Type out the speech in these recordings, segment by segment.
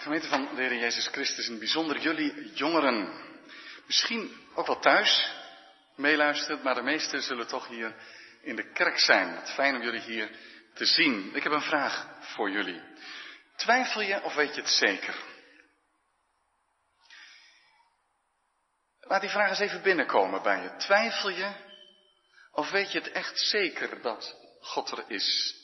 Gemeente van de Heer Jezus Christus, in het bijzonder jullie jongeren. Misschien ook wel thuis meeluistert, maar de meesten zullen toch hier in de kerk zijn. Het fijn om jullie hier te zien. Ik heb een vraag voor jullie. Twijfel je of weet je het zeker? Laat die vraag eens even binnenkomen bij je. Twijfel je of weet je het echt zeker dat God er is?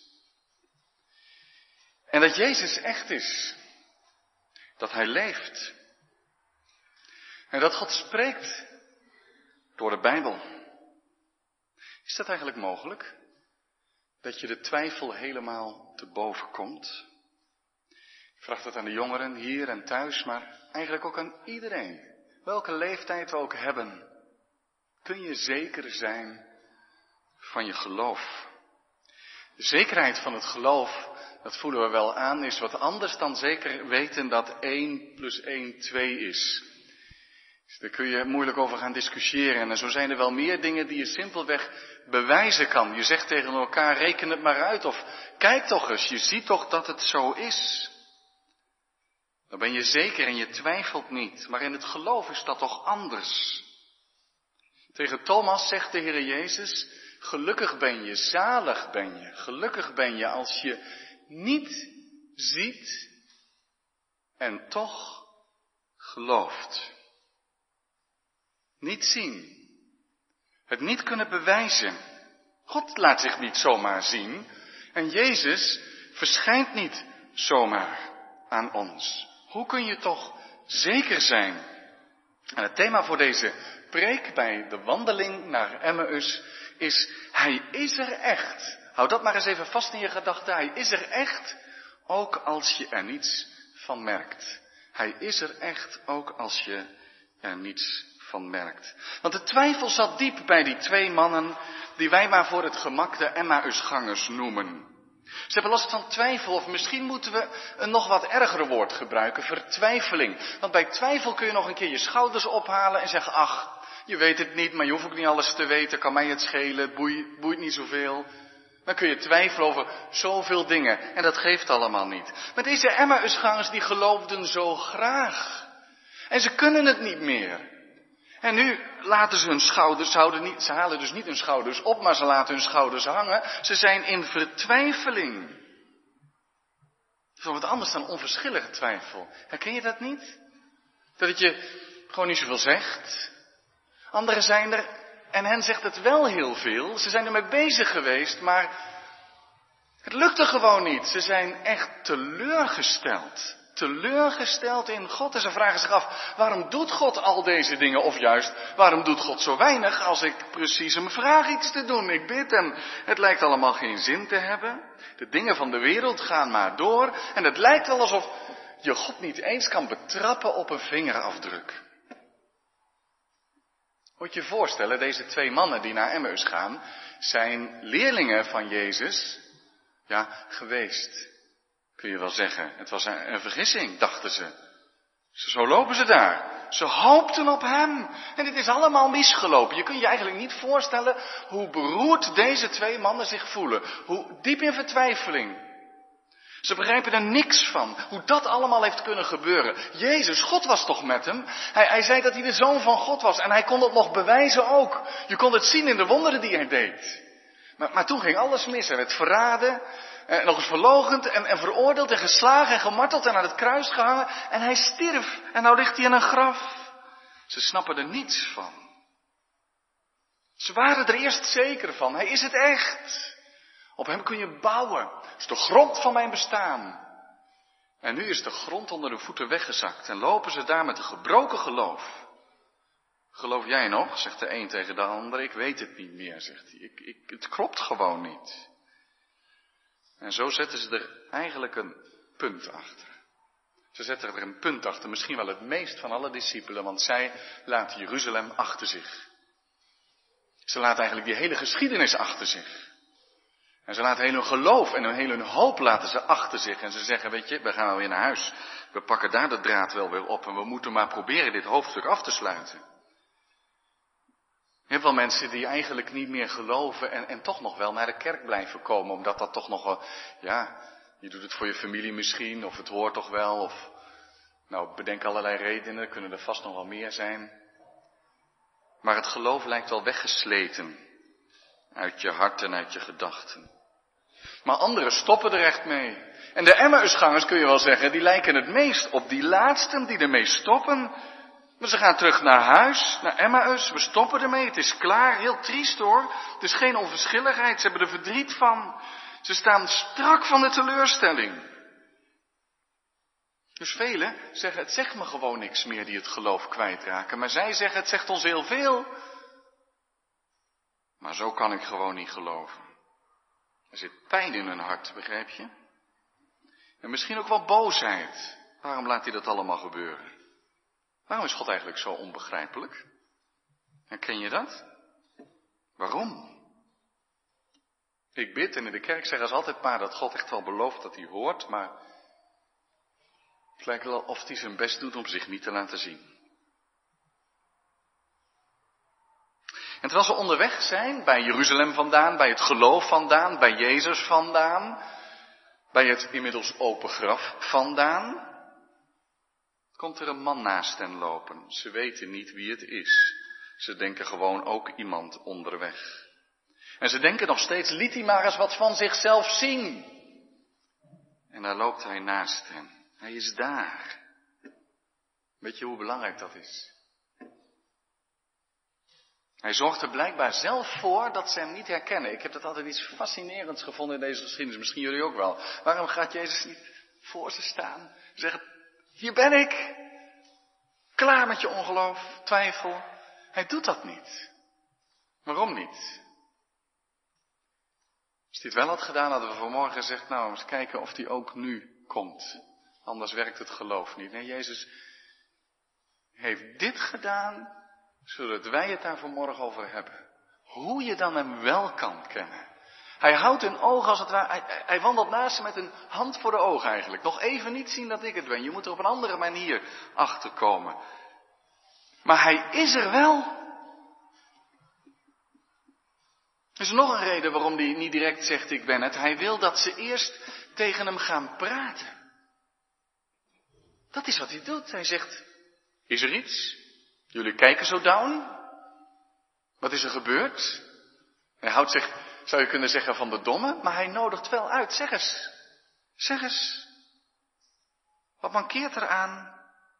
En dat Jezus echt is. Dat Hij leeft. En dat God spreekt door de Bijbel. Is dat eigenlijk mogelijk? Dat je de twijfel helemaal te boven komt? Ik vraag dat aan de jongeren hier en thuis, maar eigenlijk ook aan iedereen. Welke leeftijd we ook hebben. Kun je zeker zijn van je geloof? De zekerheid van het geloof, dat voelen we wel aan, is wat anders dan zeker weten dat 1 + 1 2 is. Dus daar kun je moeilijk over gaan discussiëren. En zo zijn er wel meer dingen die je simpelweg bewijzen kan. Je zegt tegen elkaar, reken het maar uit. Of kijk toch eens, je ziet toch dat het zo is. Dan ben je zeker en je twijfelt niet. Maar in het geloof is dat toch anders. Tegen Thomas zegt de Heer Jezus, gelukkig ben je, zalig ben je. Gelukkig ben je als je niet ziet en toch gelooft. Niet zien. Het niet kunnen bewijzen. God laat zich niet zomaar zien. En Jezus verschijnt niet zomaar aan ons. Hoe kun je toch zeker zijn? En het thema voor deze preek bij de wandeling naar Emmaus is, Hij is er echt. Hou dat maar eens even vast in je gedachten. Hij is er echt, ook als je er niets van merkt. Hij is er echt, ook als je er niets van merkt. Want de twijfel zat diep bij die 2 mannen die wij maar voor het gemak de Emmausgangers noemen. Ze hebben last van twijfel, of misschien moeten we een nog wat erger woord gebruiken, vertwijfeling. Want bij twijfel kun je nog een keer je schouders ophalen en zeggen, ach, je weet het niet, maar je hoeft ook niet alles te weten, kan mij het schelen, het boeit niet zoveel. Dan kun je twijfelen over zoveel dingen en dat geeft allemaal niet. Maar deze Emmausgangers die geloofden zo graag. En ze kunnen het niet meer. En nu laten ze hun schouders, ze halen dus niet hun schouders op, maar ze laten hun schouders hangen. Ze zijn in vertwijfeling. Dat is wat anders dan onverschillige twijfel. Herken je dat niet? Dat het je gewoon niet zoveel zegt. Anderen zijn er, en hen zegt het wel heel veel. Ze zijn ermee bezig geweest, maar het lukte gewoon niet. Ze zijn echt teleurgesteld. Teleurgesteld in God. En ze vragen zich af, waarom doet God al deze dingen? Of juist, waarom doet God zo weinig als ik precies hem vraag iets te doen? Ik bid en het lijkt allemaal geen zin te hebben. De dingen van de wereld gaan maar door. En het lijkt wel alsof je God niet eens kan betrappen op een vingerafdruk. Moet je je voorstellen, deze 2 mannen die naar Emmaus gaan, zijn leerlingen van Jezus, geweest. Kun je wel zeggen. Het was een vergissing, dachten ze. Zo lopen ze daar. Ze hoopten op hem. En dit is allemaal misgelopen. Je kunt je eigenlijk niet voorstellen hoe beroerd deze 2 mannen zich voelen. Hoe diep in vertwijfeling. Ze begrijpen er niks van. Hoe dat allemaal heeft kunnen gebeuren. Jezus, God was toch met hem? Hij zei dat hij de Zoon van God was. En hij kon dat nog bewijzen ook. Je kon het zien in de wonderen die hij deed. Maar toen ging alles mis. Hij werd verraden. Nog eens verloochend en veroordeeld en geslagen en gemarteld en aan het kruis gehangen. En hij stierf. En nou ligt hij in een graf. Ze snappen er niets van. Ze waren er eerst zeker van. Hij is het echt. Op hem kun je bouwen. Het is de grond van mijn bestaan. En nu is de grond onder de voeten weggezakt. En lopen ze daar met een gebroken geloof. Geloof jij nog? Zegt de een tegen de ander. Ik weet het niet meer, zegt hij. Het klopt gewoon niet. En zo zetten ze er eigenlijk een punt achter. Ze zetten er een punt achter, misschien wel het meest van alle discipelen, want zij laten Jeruzalem achter zich. Ze laten eigenlijk die hele geschiedenis achter zich. En ze laten heel hun geloof en heel hun hoop laten ze achter zich. En ze zeggen, weet je, we gaan wel weer naar huis. We pakken daar de draad wel weer op en we moeten maar proberen dit hoofdstuk af te sluiten. Je hebt wel mensen die eigenlijk niet meer geloven en toch nog wel naar de kerk blijven komen. Omdat dat toch nog wel, je doet het voor je familie misschien, of het hoort toch wel, of Nou, bedenk allerlei redenen, kunnen er vast nog wel meer zijn. Maar het geloof lijkt wel weggesleten uit je hart en uit je gedachten. Maar anderen stoppen er echt mee. En de Emmausgangers, kun je wel zeggen, die lijken het meest op die laatsten die ermee stoppen. Maar ze gaan terug naar huis, naar Emmaus, we stoppen ermee, het is klaar, heel triest hoor. Het is geen onverschilligheid, ze hebben er verdriet van. Ze staan strak van de teleurstelling. Dus velen zeggen, het zegt me gewoon niks meer die het geloof kwijtraken. Maar zij zeggen, het zegt ons heel veel. Maar zo kan ik gewoon niet geloven. Er zit pijn in hun hart, begrijp je? En misschien ook wel boosheid. Waarom laat hij dat allemaal gebeuren? Waarom is God eigenlijk zo onbegrijpelijk? Herken je dat? Waarom? Ik bid en in de kerk zeggen ze altijd maar dat God echt wel belooft dat hij hoort, maar het lijkt wel of hij zijn best doet om zich niet te laten zien. En terwijl ze onderweg zijn, bij Jeruzalem vandaan, bij het geloof vandaan, bij Jezus vandaan, bij het inmiddels open graf vandaan, komt er een man naast hen lopen. Ze weten niet wie het is. Ze denken gewoon ook iemand onderweg. En ze denken nog steeds, liet hij maar eens wat van zichzelf zien. En daar loopt hij naast hen. Hij is daar. Weet je hoe belangrijk dat is? Hij zorgt er blijkbaar zelf voor dat ze hem niet herkennen. Ik heb dat altijd iets fascinerends gevonden in deze geschiedenis. Misschien jullie ook wel. Waarom gaat Jezus niet voor ze staan? Zeggen, hier ben ik. Klaar met je ongeloof, twijfel. Hij doet dat niet. Waarom niet? Als hij het wel had gedaan, hadden we vanmorgen gezegd, nou, eens kijken of hij ook nu komt. Anders werkt het geloof niet. Nee, Jezus heeft dit gedaan, zodat wij het daar vanmorgen over hebben. Hoe je dan hem wel kan kennen. Hij houdt een oog als het ware, hij wandelt naast ze met een hand voor de ogen eigenlijk. Nog even niet zien dat ik het ben. Je moet er op een andere manier achter komen. Maar hij is er wel. Er is nog een reden waarom hij niet direct zegt ik ben het. Hij wil dat ze eerst tegen hem gaan praten. Dat is wat hij doet. Hij zegt, is er iets? Jullie kijken zo down. Wat is er gebeurd? Hij houdt zich, zou je kunnen zeggen, van de domme, maar hij nodigt wel uit. Zeg eens. Zeg eens. Wat mankeert eraan?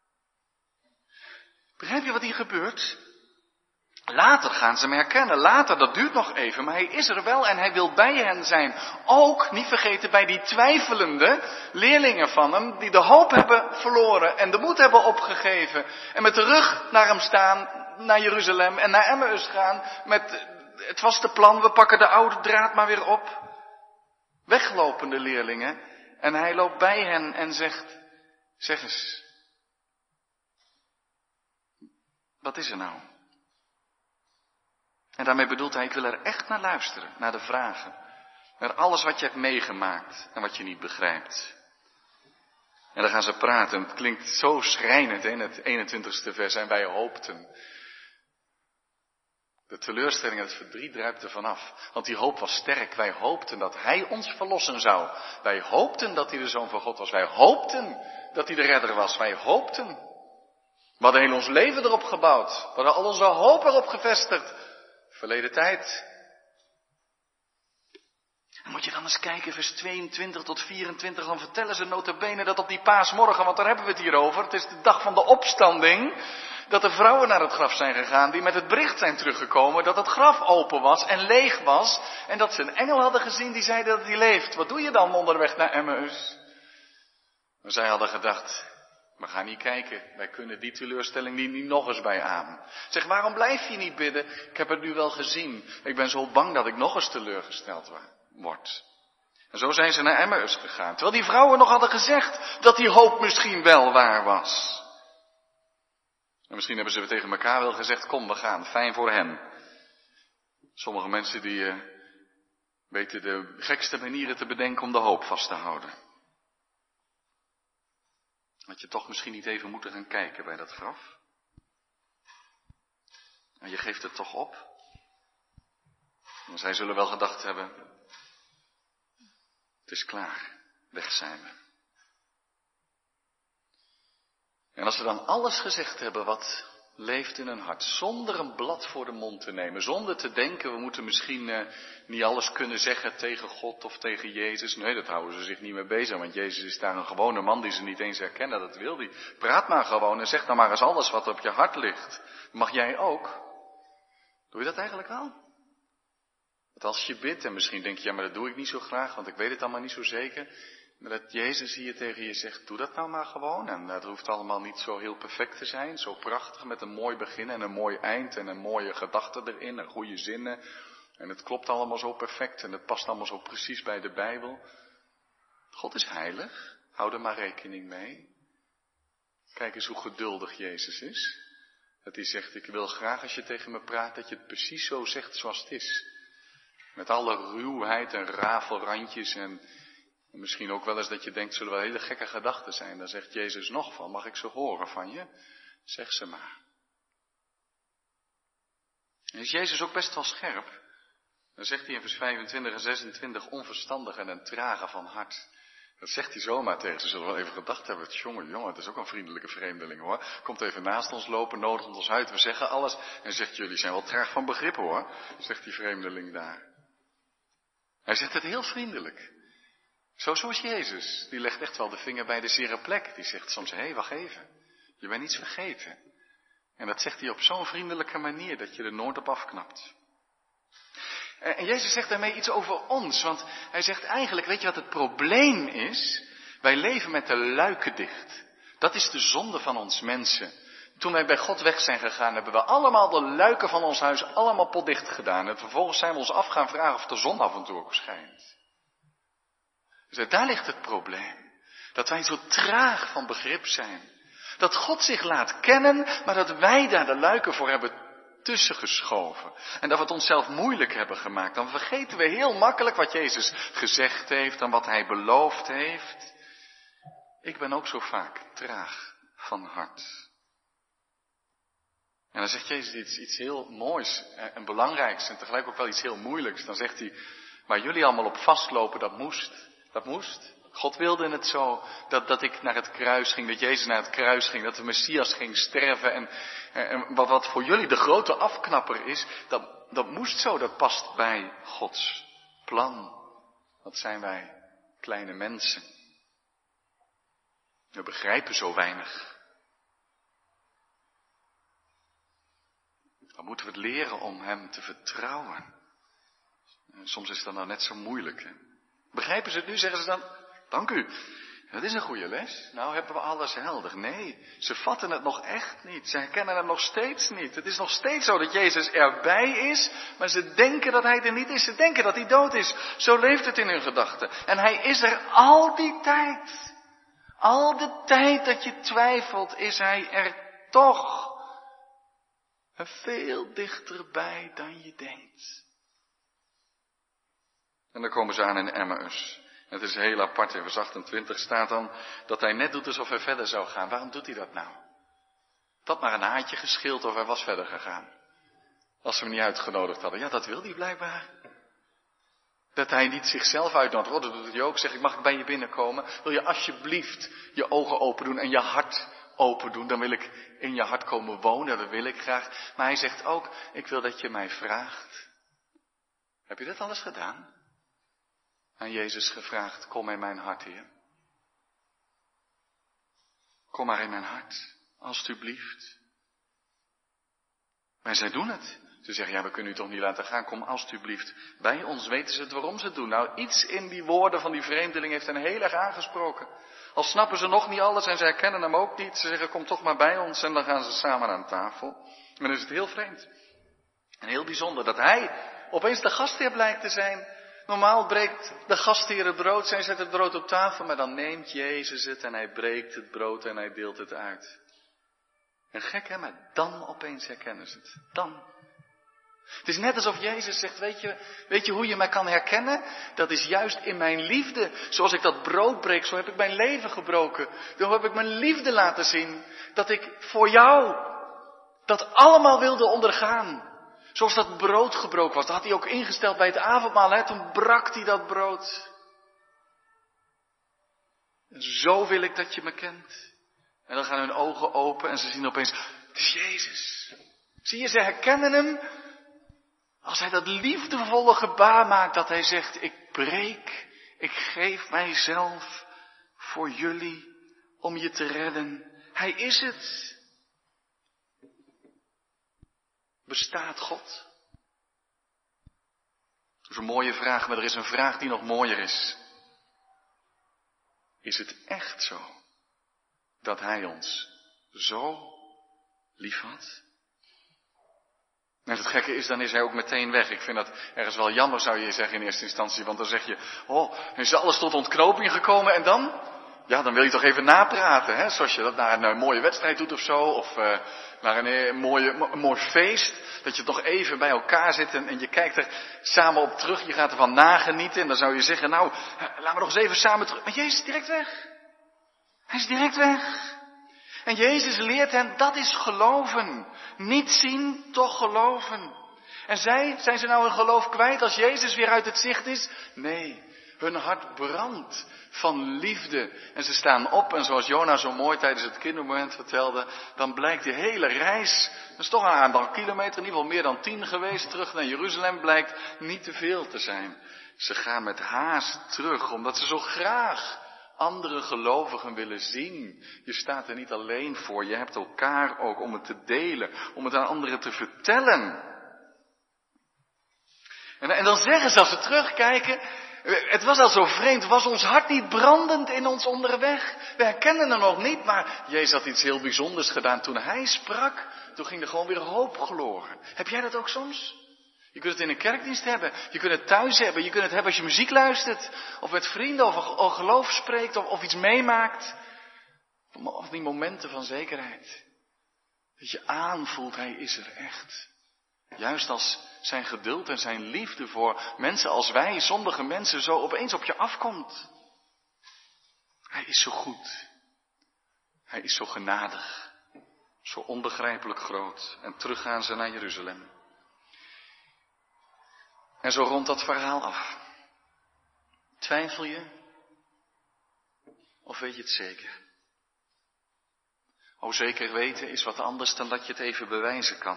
Begrijp je wat hier gebeurt? Later gaan ze hem herkennen. Later, dat duurt nog even, maar hij is er wel en hij wil bij hen zijn. Ook, niet vergeten, bij die twijfelende leerlingen van hem, die de hoop hebben verloren en de moed hebben opgegeven. En met de rug naar hem staan, naar Jeruzalem en naar Emmaus gaan. Met het vaste plan, we pakken de oude draad maar weer op. Weglopende leerlingen. En hij loopt bij hen en zegt, zeg eens, wat is er nou? En daarmee bedoelt hij, ik wil er echt naar luisteren, naar de vragen. Naar alles wat je hebt meegemaakt en wat je niet begrijpt. En dan gaan ze praten. Het klinkt zo schrijnend in het 21ste vers. En wij hoopten. De teleurstelling en het verdriet druipte vanaf. Want die hoop was sterk. Wij hoopten dat hij ons verlossen zou. Wij hoopten dat hij de Zoon van God was. Wij hoopten dat hij de redder was. Wij hoopten. We hadden heel ons leven erop gebouwd. We hadden al onze hoop erop gevestigd. Verleden tijd. En moet je dan eens kijken, vers 22 tot 24, dan vertellen ze nota bene dat op die paasmorgen, want daar hebben we het hier over, het is de dag van de opstanding, dat er vrouwen naar het graf zijn gegaan die met het bericht zijn teruggekomen dat het graf open was en leeg was en dat ze een engel hadden gezien die zeiden dat hij leeft. Wat doe je dan onderweg naar Emmaus? Maar zij hadden gedacht, we gaan niet kijken, wij kunnen die teleurstelling niet nog eens bij aan. Zeg, waarom blijf je niet bidden? Ik heb het nu wel gezien. Ik ben zo bang dat ik nog eens teleurgesteld word. En zo zijn ze naar Emmaus gegaan. Terwijl die vrouwen nog hadden gezegd dat die hoop misschien wel waar was. En misschien hebben ze tegen elkaar wel gezegd, kom we gaan, fijn voor hen. Sommige mensen die weten de gekste manieren te bedenken om de hoop vast te houden. Had je toch misschien niet even moeten gaan kijken bij dat graf? En je geeft het toch op? En zij zullen wel gedacht hebben, het is klaar, weg zijn we. En als ze dan alles gezegd hebben wat leeft in hun hart, zonder een blad voor de mond te nemen, zonder te denken, we moeten misschien niet alles kunnen zeggen tegen God of tegen Jezus. Nee, dat houden ze zich niet mee bezig, want Jezus is daar een gewone man die ze niet eens herkennen, dat wil hij. Praat maar gewoon en zeg dan maar eens alles wat op je hart ligt. Mag jij ook? Doe je dat eigenlijk wel? Want als je bidt en misschien denk je, ja maar dat doe ik niet zo graag, want ik weet het allemaal niet zo zeker. Maar dat Jezus hier tegen je zegt, doe dat nou maar gewoon. En dat hoeft allemaal niet zo heel perfect te zijn. Zo prachtig met een mooi begin en een mooi eind en een mooie gedachte erin en goede zinnen. En het klopt allemaal zo perfect en het past allemaal zo precies bij de Bijbel. God is heilig, hou er maar rekening mee. Kijk eens hoe geduldig Jezus is. Dat hij zegt, ik wil graag als je tegen me praat dat je het precies zo zegt zoals het is. Met alle ruwheid en rafelrandjes en misschien ook wel eens dat je denkt, zullen wel hele gekke gedachten zijn. Dan zegt Jezus nog van, mag ik ze horen van je? Zeg ze maar. En is Jezus ook best wel scherp? Dan zegt hij in vers 25 en 26, onverstandig en een trage van hart. Dat zegt hij zomaar tegen ze. Zullen we wel even gedacht hebben, jongen, het is ook een vriendelijke vreemdeling hoor. Komt even naast ons lopen, nodigt ons uit, we zeggen alles. En zegt, jullie zijn wel traag van begrip hoor, zegt die vreemdeling daar. Hij zegt het heel vriendelijk. Zoals Jezus, die legt echt wel de vinger bij de zere plek. Die zegt soms, hé, wacht even, je bent iets vergeten. En dat zegt hij op zo'n vriendelijke manier, dat je er nooit op afknapt. En Jezus zegt daarmee iets over ons, want hij zegt eigenlijk, weet je wat het probleem is? Wij leven met de luiken dicht. Dat is de zonde van ons mensen. Toen wij bij God weg zijn gegaan, hebben we allemaal de luiken van ons huis allemaal potdicht gedaan. En vervolgens zijn we ons af gaan vragen of de zon af en toe ook schijnt. Dus daar ligt het probleem. Dat wij zo traag van begrip zijn. Dat God zich laat kennen, maar dat wij daar de luiken voor hebben tussen geschoven. En dat we het onszelf moeilijk hebben gemaakt. Dan vergeten we heel makkelijk wat Jezus gezegd heeft en wat hij beloofd heeft. Ik ben ook zo vaak traag van hart. En dan zegt Jezus iets heel moois en belangrijks en tegelijk ook wel iets heel moeilijks. Dan zegt hij, waar jullie allemaal op vastlopen, dat moest. Dat moest. God wilde het zo, dat ik naar het kruis ging, dat Jezus naar het kruis ging, dat de Messias ging sterven. En wat voor jullie de grote afknapper is, dat moest zo, dat past bij Gods plan. Wat zijn wij, kleine mensen. We begrijpen zo weinig. Dan moeten we het leren om hem te vertrouwen. Soms is dat nou net zo moeilijk. Hè? Begrijpen ze het nu, zeggen ze dan, dank u. Dat is een goede les. Nou hebben we alles helder. Nee, ze vatten het nog echt niet. Ze herkennen hem nog steeds niet. Het is nog steeds zo dat Jezus erbij is, maar ze denken dat hij er niet is. Ze denken dat hij dood is. Zo leeft het in hun gedachten. En hij is er al die tijd. Al de tijd dat je twijfelt, is hij er toch. Veel dichterbij dan je denkt. En dan komen ze aan in Emmaus. Het is heel apart. In vers 28 staat dan dat hij net doet alsof hij verder zou gaan. Waarom doet hij dat nou? Dat maar een haartje geschild of hij was verder gegaan. Als ze hem niet uitgenodigd hadden. Ja, dat wil hij blijkbaar. Dat hij niet zichzelf uitnodigt. Oh, dat doet hij ook. Zeg ik, mag ik bij je binnenkomen? Wil je alsjeblieft je ogen open doen en je hart open doen? Dan wil ik in je hart komen wonen. Dat wil ik graag. Maar hij zegt ook, ik wil dat je mij vraagt. Heb je dat alles gedaan? Aan Jezus gevraagd, kom in mijn hart, Heer. Kom maar in mijn hart, alstublieft. Maar zij doen het. Ze zeggen, ja, we kunnen u toch niet laten gaan, kom alstublieft bij ons. Weten ze het waarom ze het doen? Nou, iets in die woorden van die vreemdeling heeft hen heel erg aangesproken. Al snappen ze nog niet alles en ze herkennen hem ook niet. Ze zeggen, kom toch maar bij ons en dan gaan ze samen aan tafel. En dan is het heel vreemd. En heel bijzonder dat hij opeens de gastheer blijkt te zijn. Normaal breekt de gastheer het brood, zij zet het brood op tafel, maar dan neemt Jezus het en hij breekt het brood en hij deelt het uit. En gek hè, maar dan opeens herkennen ze het. Dan. Het is net alsof Jezus zegt, weet je hoe je mij kan herkennen? Dat is juist in mijn liefde. Zoals ik dat brood breek, zo heb ik mijn leven gebroken. Zo heb ik mijn liefde laten zien. Dat ik voor jou dat allemaal wilde ondergaan. Zoals dat brood gebroken was. Dat had hij ook ingesteld bij het avondmaal. Hè? Toen brak hij dat brood. En zo wil ik dat je me kent. En dan gaan hun ogen open en ze zien opeens, het is Jezus. Zie je, ze herkennen hem als hij dat liefdevolle gebaar maakt dat hij zegt, ik geef mijzelf voor jullie om je te redden. Hij is het. Bestaat God? Dat is een mooie vraag, maar er is een vraag die nog mooier is. Is het echt zo dat hij ons zo lief had? En het gekke is, dan is hij ook meteen weg. Ik vind dat ergens wel jammer, zou je zeggen in eerste instantie. Want dan zeg je, is alles tot ontknoping gekomen en dan? Ja, dan wil je toch even napraten, hè? Zoals je dat naar een mooie wedstrijd doet of zo. Of naar een mooi feest. Dat je toch even bij elkaar zit en je kijkt er samen op terug. Je gaat ervan nagenieten. En dan zou je zeggen, nou, laten we nog eens even samen terug. Maar Jezus is direct weg. Hij is direct weg. En Jezus leert hen, dat is geloven. Niet zien, toch geloven. En zijn ze nou hun geloof kwijt als Jezus weer uit het zicht is? Nee, hun hart brandt van liefde. En ze staan op en zoals Jona zo mooi tijdens het kindermoment vertelde, dan blijkt die hele reis, dat is toch een aantal kilometer, in ieder geval meer dan 10 geweest, terug naar Jeruzalem, blijkt niet te veel te zijn. Ze gaan met haast terug, omdat ze zo graag andere gelovigen willen zien. Je staat er niet alleen voor, je hebt elkaar ook om het te delen, om het aan anderen te vertellen. En dan zeggen ze als ze terugkijken, het was al zo vreemd, was ons hart niet brandend in ons onderweg? We herkennen hem nog niet, maar Jezus had iets heel bijzonders gedaan. Toen hij sprak, toen ging er gewoon weer hoop gloren. Heb jij dat ook soms? Je kunt het in een kerkdienst hebben, je kunt het thuis hebben, je kunt het hebben als je muziek luistert, of met vrienden over geloof spreekt, of iets meemaakt. Of die momenten van zekerheid. Dat je aanvoelt, hij is er echt. Juist als zijn geduld en zijn liefde voor mensen als wij, zondige mensen, zo opeens op je afkomt. Hij is zo goed. Hij is zo genadig. Zo onbegrijpelijk groot. En terug gaan ze naar Jeruzalem. En zo rondt dat verhaal af. Twijfel je? Of weet je het zeker? Zeker weten is wat anders dan dat je het even bewijzen kan.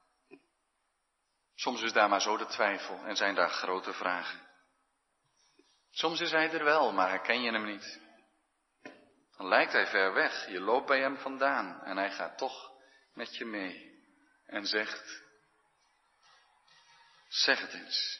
Soms is daar maar zo de twijfel en zijn daar grote vragen. Soms is hij er wel, maar herken je hem niet. Dan lijkt hij ver weg, je loopt bij hem vandaan en hij gaat toch met je mee. En zegt, zeg het eens.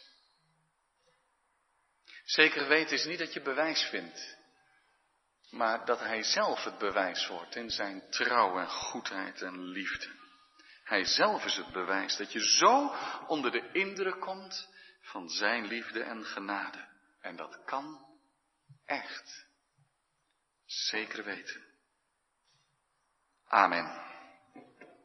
Zeker weten is niet dat je bewijs vindt, maar dat hij zelf het bewijs wordt in zijn trouw en goedheid en liefde. Hij zelf is het bewijs dat je zo onder de indruk komt van zijn liefde en genade. En dat kan echt. Zeker weten. Amen.